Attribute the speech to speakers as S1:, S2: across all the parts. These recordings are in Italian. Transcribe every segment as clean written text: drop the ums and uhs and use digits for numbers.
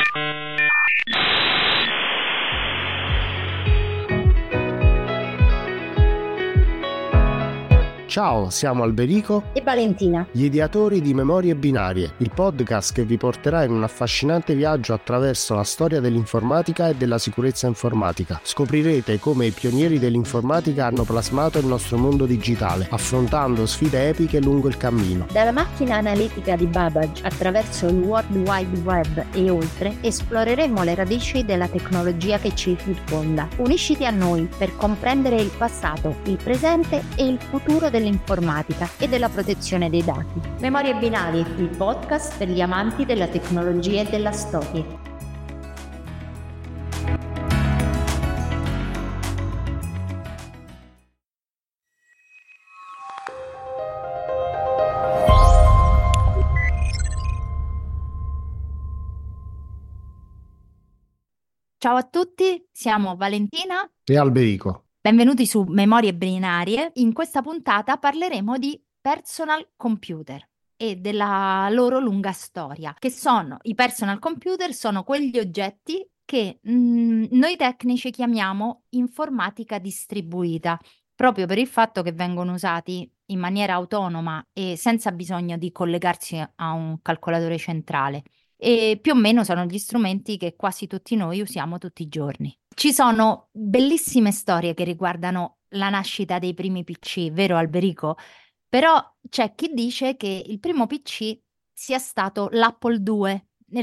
S1: Ciao, siamo Alberico
S2: e Valentina,
S1: gli ideatori di Memorie Binarie, il podcast che vi porterà in un affascinante viaggio attraverso la storia dell'informatica e della sicurezza informatica. Scoprirete come i pionieri dell'informatica hanno plasmato il nostro mondo digitale, affrontando sfide epiche lungo il cammino.
S2: Dalla macchina analitica di Babbage attraverso il World Wide Web e oltre, esploreremo le radici della tecnologia che ci circonda. Unisciti a noi per comprendere il passato, il presente e il futuro dell'informatica e della protezione dei dati. Memorie Binarie, il podcast per gli amanti della tecnologia e della storia. Ciao a tutti, siamo Valentina
S1: e Alberico.
S2: Benvenuti su Memorie Binarie. In questa puntata parleremo di personal computer e della loro lunga storia. Che sono i personal computer? Sono quegli oggetti che noi tecnici chiamiamo informatica distribuita, proprio per il fatto che vengono usati in maniera autonoma e senza bisogno di collegarsi a un calcolatore centrale. E più o meno sono gli strumenti che quasi tutti noi usiamo tutti i giorni. Ci sono bellissime storie che riguardano la nascita dei primi PC, vero Alberico? Però c'è chi dice che il primo PC sia stato l'Apple II nel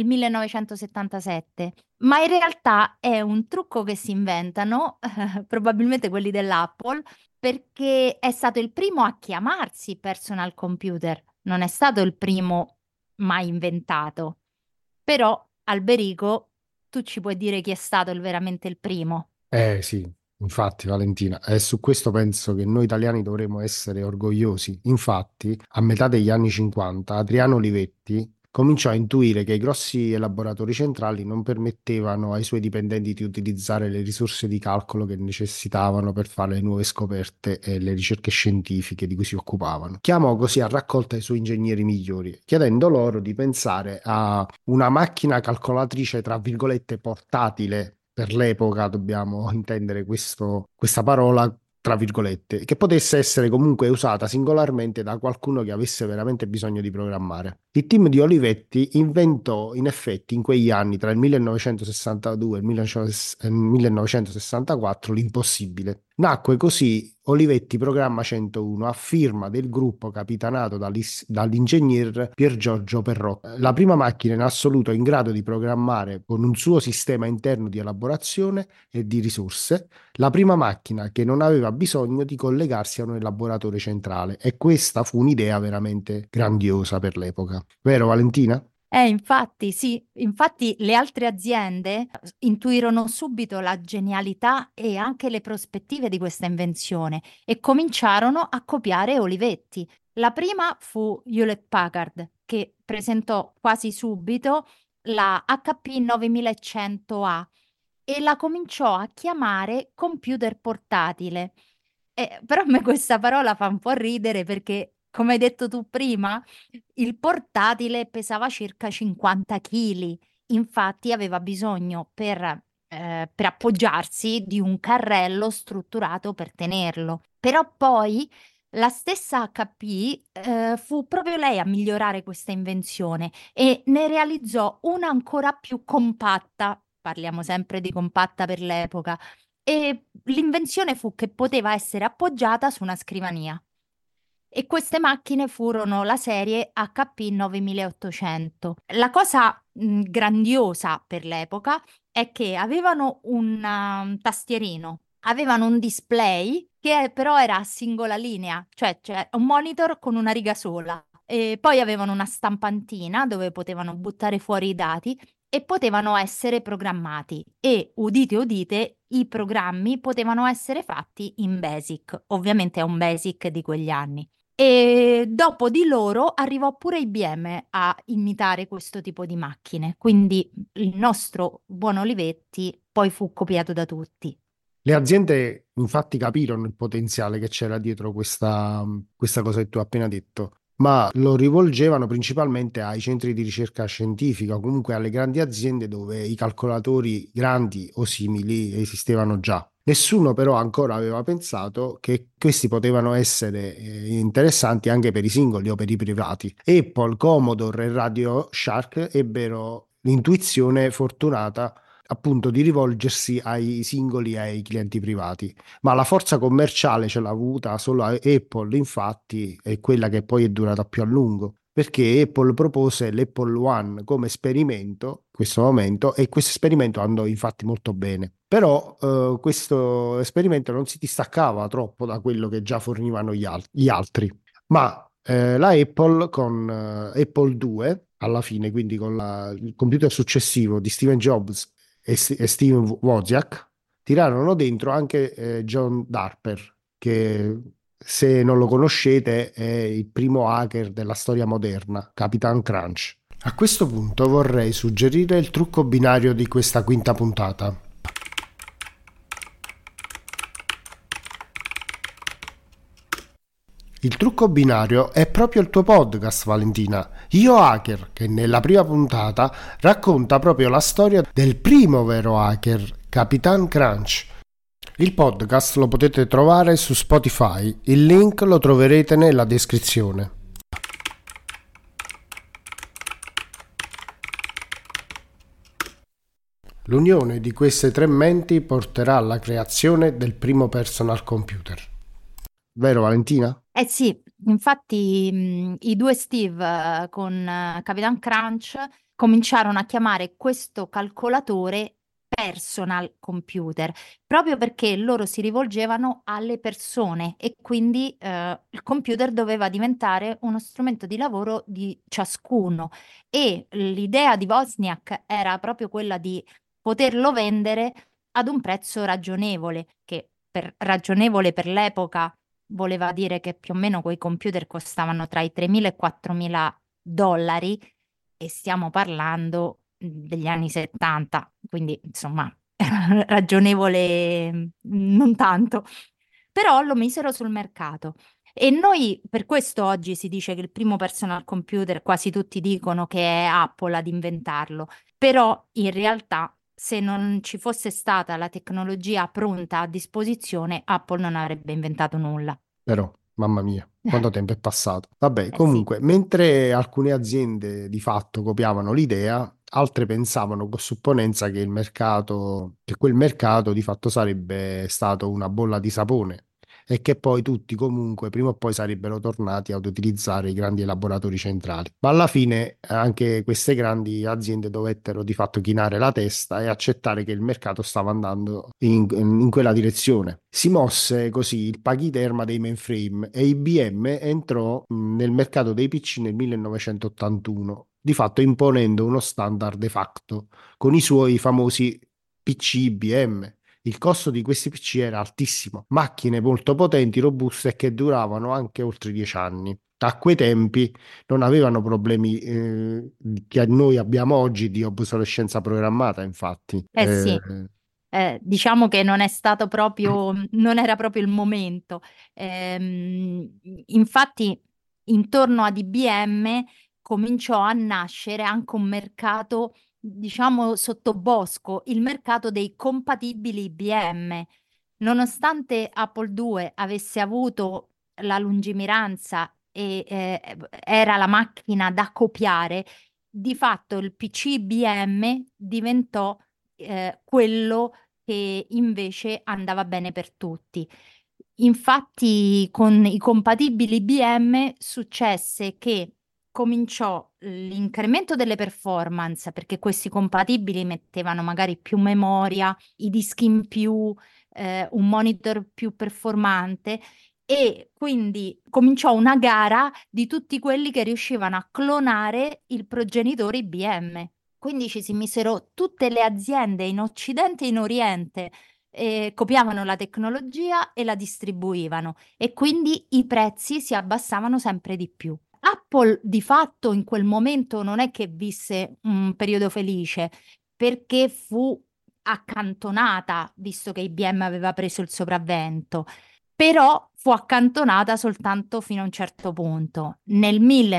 S2: 1977, ma in realtà è un trucco che si inventano, probabilmente quelli dell'Apple, perché è stato il primo a chiamarsi personal computer, non è stato il primo mai inventato. Però, Alberico, tu ci puoi dire chi è stato veramente il primo?
S1: Sì, infatti Valentina, e su questo penso che noi italiani dovremmo essere orgogliosi. Infatti, a metà degli anni 50, Adriano Olivetti cominciò a intuire che i grossi elaboratori centrali non permettevano ai suoi dipendenti di utilizzare le risorse di calcolo che necessitavano per fare le nuove scoperte e le ricerche scientifiche di cui si occupavano. Chiamò così a raccolta i suoi ingegneri migliori, chiedendo loro di pensare a una macchina calcolatrice, tra virgolette, portatile. Per l'epoca dobbiamo intendere questa parola tra virgolette, che potesse essere comunque usata singolarmente da qualcuno che avesse veramente bisogno di programmare. Il team di Olivetti inventò in effetti in quegli anni, tra il 1962 e il 1964, l'impossibile. Nacque così Olivetti Programma 101 a firma del gruppo capitanato dall'ingegner Pier Giorgio Perrotta. La prima macchina in assoluto in grado di programmare con un suo sistema interno di elaborazione e di risorse, la prima macchina che non aveva bisogno di collegarsi a un elaboratore centrale, e questa fu un'idea veramente grandiosa per l'epoca. Vero Valentina?
S2: Infatti, sì, infatti le altre aziende intuirono subito la genialità e anche le prospettive di questa invenzione e cominciarono a copiare Olivetti. La prima fu Hewlett Packard, che presentò quasi subito la HP 9100A e la cominciò a chiamare computer portatile. Però a me questa parola fa un po' ridere perché, come hai detto tu prima, il portatile pesava circa 50 kg, infatti aveva bisogno per appoggiarsi di un carrello strutturato per tenerlo. Però poi la stessa HP fu proprio lei a migliorare questa invenzione e ne realizzò una ancora più compatta, parliamo sempre di compatta per l'epoca, e l'invenzione fu che poteva essere appoggiata su una scrivania. E queste macchine furono la serie HP 9800. La cosa grandiosa per l'epoca è che avevano un tastierino, avevano un display che però era a singola linea, cioè un monitor con una riga sola. E poi avevano una stampantina dove potevano buttare fuori i dati e potevano essere programmati. E udite udite, i programmi potevano essere fatti in BASIC. Ovviamente è un BASIC di quegli anni. E dopo di loro arrivò pure IBM a imitare questo tipo di macchine, quindi il nostro buon Olivetti poi fu copiato da tutti.
S1: Le aziende infatti capirono il potenziale che c'era dietro questa cosa che tu hai appena detto. ma lo rivolgevano principalmente ai centri di ricerca scientifica o comunque alle grandi aziende dove i calcolatori grandi o simili esistevano già. Nessuno però ancora aveva pensato che questi potevano essere interessanti anche per i singoli o per i privati. Apple, Commodore e Radio Shack ebbero l'intuizione fortunata appunto di rivolgersi ai singoli e ai clienti privati. Ma la forza commerciale ce l'ha avuta solo Apple, infatti, è quella che poi è durata più a lungo, perché Apple propose l'Apple One come esperimento in questo momento e questo esperimento andò infatti molto bene. Però questo esperimento non si distaccava troppo da quello che già fornivano gli altri, ma la Apple con Apple 2, alla fine, quindi con il computer successivo di Steve Jobs e Steve Wozniak, tirarono dentro anche John Darper, che se non lo conoscete è il primo hacker della storia moderna, Capitan Crunch. A questo punto vorrei suggerire il trucco binario di questa quinta puntata. Il trucco binario è proprio il tuo podcast, Valentina. Io Hacker, che nella prima puntata racconta proprio la storia del primo vero hacker, Capitan Crunch. Il podcast lo potete trovare su Spotify, il link lo troverete nella descrizione. L'unione di queste tre menti porterà alla creazione del primo personal computer. Vero, Valentina?
S2: Eh sì, infatti i due Steve con Capitan Crunch cominciarono a chiamare questo calcolatore personal computer, proprio perché loro si rivolgevano alle persone e quindi il computer doveva diventare uno strumento di lavoro di ciascuno e l'idea di Wozniak era proprio quella di poterlo vendere ad un prezzo ragionevole, che ragionevole per l'epoca voleva dire che più o meno quei computer costavano tra i 3.000 e i 4.000 dollari e stiamo parlando degli anni 70, quindi insomma ragionevole non tanto, però lo misero sul mercato. E noi per questo oggi si dice che il primo personal computer, quasi tutti dicono che è Apple ad inventarlo, però in realtà se non ci fosse stata la tecnologia pronta a disposizione, Apple non avrebbe inventato nulla.
S1: Però, mamma mia, quanto tempo è passato. Vabbè,
S2: Eh sì.
S1: comunque, mentre alcune aziende di fatto copiavano l'idea, altre pensavano con supponenza che che quel mercato di fatto sarebbe stato una bolla di sapone e che poi tutti comunque prima o poi sarebbero tornati ad utilizzare i grandi laboratori centrali. Ma alla fine anche queste grandi aziende dovettero di fatto chinare la testa e accettare che il mercato stava andando in quella direzione. Si mosse così il paghiterma dei mainframe e IBM entrò nel mercato dei PC nel 1981, di fatto imponendo uno standard de facto con i suoi famosi PC IBM. Il costo di questi PC era altissimo, macchine molto potenti, robuste e che duravano anche oltre 10 anni. A quei tempi non avevano problemi che noi abbiamo oggi di obsolescenza programmata, infatti.
S2: Eh sì, diciamo che non è stato proprio, non era proprio il momento. Infatti, intorno ad IBM cominciò a nascere anche un mercato, diciamo, sottobosco, il mercato dei compatibili IBM. Nonostante Apple II avesse avuto la lungimiranza e era la macchina da copiare, di fatto il PC IBM diventò quello che invece andava bene per tutti. Infatti, con i compatibili IBM successe che cominciò l'incremento delle performance, perché questi compatibili mettevano magari più memoria, i dischi in più, un monitor più performante. E quindi cominciò una gara di tutti quelli che riuscivano a clonare il progenitore IBM. Quindi ci si misero tutte le aziende in Occidente e in Oriente, copiavano la tecnologia e la distribuivano e quindi i prezzi si abbassavano sempre di più. Apple di fatto in quel momento non è che visse un periodo felice perché fu accantonata, visto che IBM aveva preso il sopravvento. però fu accantonata soltanto fino a un certo punto. Nel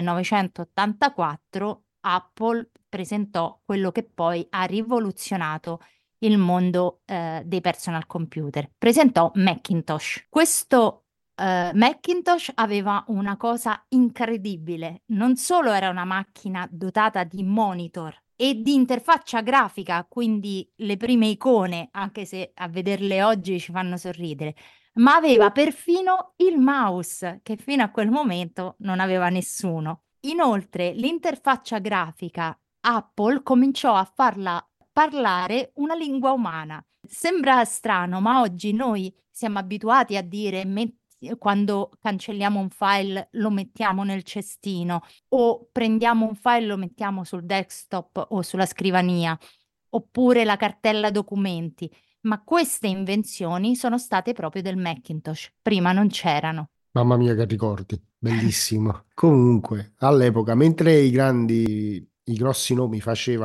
S2: 1984 Apple presentò quello che poi ha rivoluzionato il mondo dei personal computer. Presentò Macintosh. Questo Macintosh aveva una cosa incredibile. Non solo era una macchina dotata di monitor e di interfaccia grafica, quindi le prime icone, anche se a vederle oggi ci fanno sorridere, ma aveva perfino il mouse, che fino a quel momento non aveva nessuno. Inoltre, l'interfaccia grafica Apple cominciò a farla parlare una lingua umana. Sembra strano, ma oggi noi siamo abituati a dire quando cancelliamo un file lo mettiamo nel cestino o prendiamo un file e lo mettiamo sul desktop o sulla scrivania, oppure la cartella documenti. Ma queste invenzioni sono state proprio del Macintosh, prima non c'erano.
S1: Mamma mia, che ricordi, bellissimo. Comunque, all'epoca, mentre i grossi nomi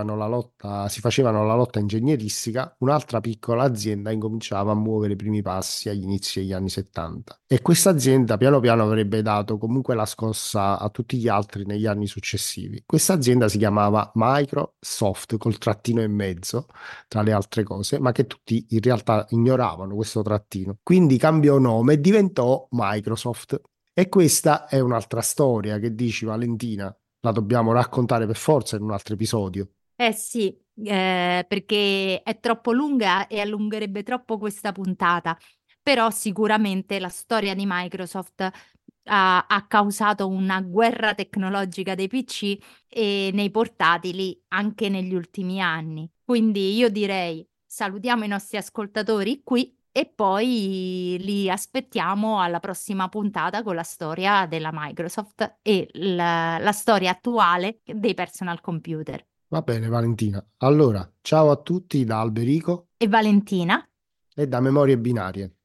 S1: si facevano la lotta ingegneristica, un'altra piccola azienda incominciava a muovere i primi passi agli inizi degli anni 70. E questa azienda piano piano avrebbe dato comunque la scossa a tutti gli altri negli anni successivi. Questa azienda si chiamava Microsoft col trattino in mezzo tra le altre cose, ma che tutti in realtà ignoravano questo trattino. Quindi cambiò nome e diventò Microsoft. E questa è un'altra storia che dici, Valentina, la dobbiamo raccontare per forza in un altro episodio.
S2: Eh sì, perché è troppo lunga e allungherebbe troppo questa puntata, però sicuramente la storia di Microsoft ha causato una guerra tecnologica dei PC e nei portatili anche negli ultimi anni. Quindi io direi salutiamo i nostri ascoltatori qui e poi li aspettiamo alla prossima puntata con la storia della Microsoft e la storia attuale dei personal computer.
S1: Va bene, Valentina. Allora, ciao a tutti da Alberico
S2: E Valentina?
S1: e da Memorie Binarie.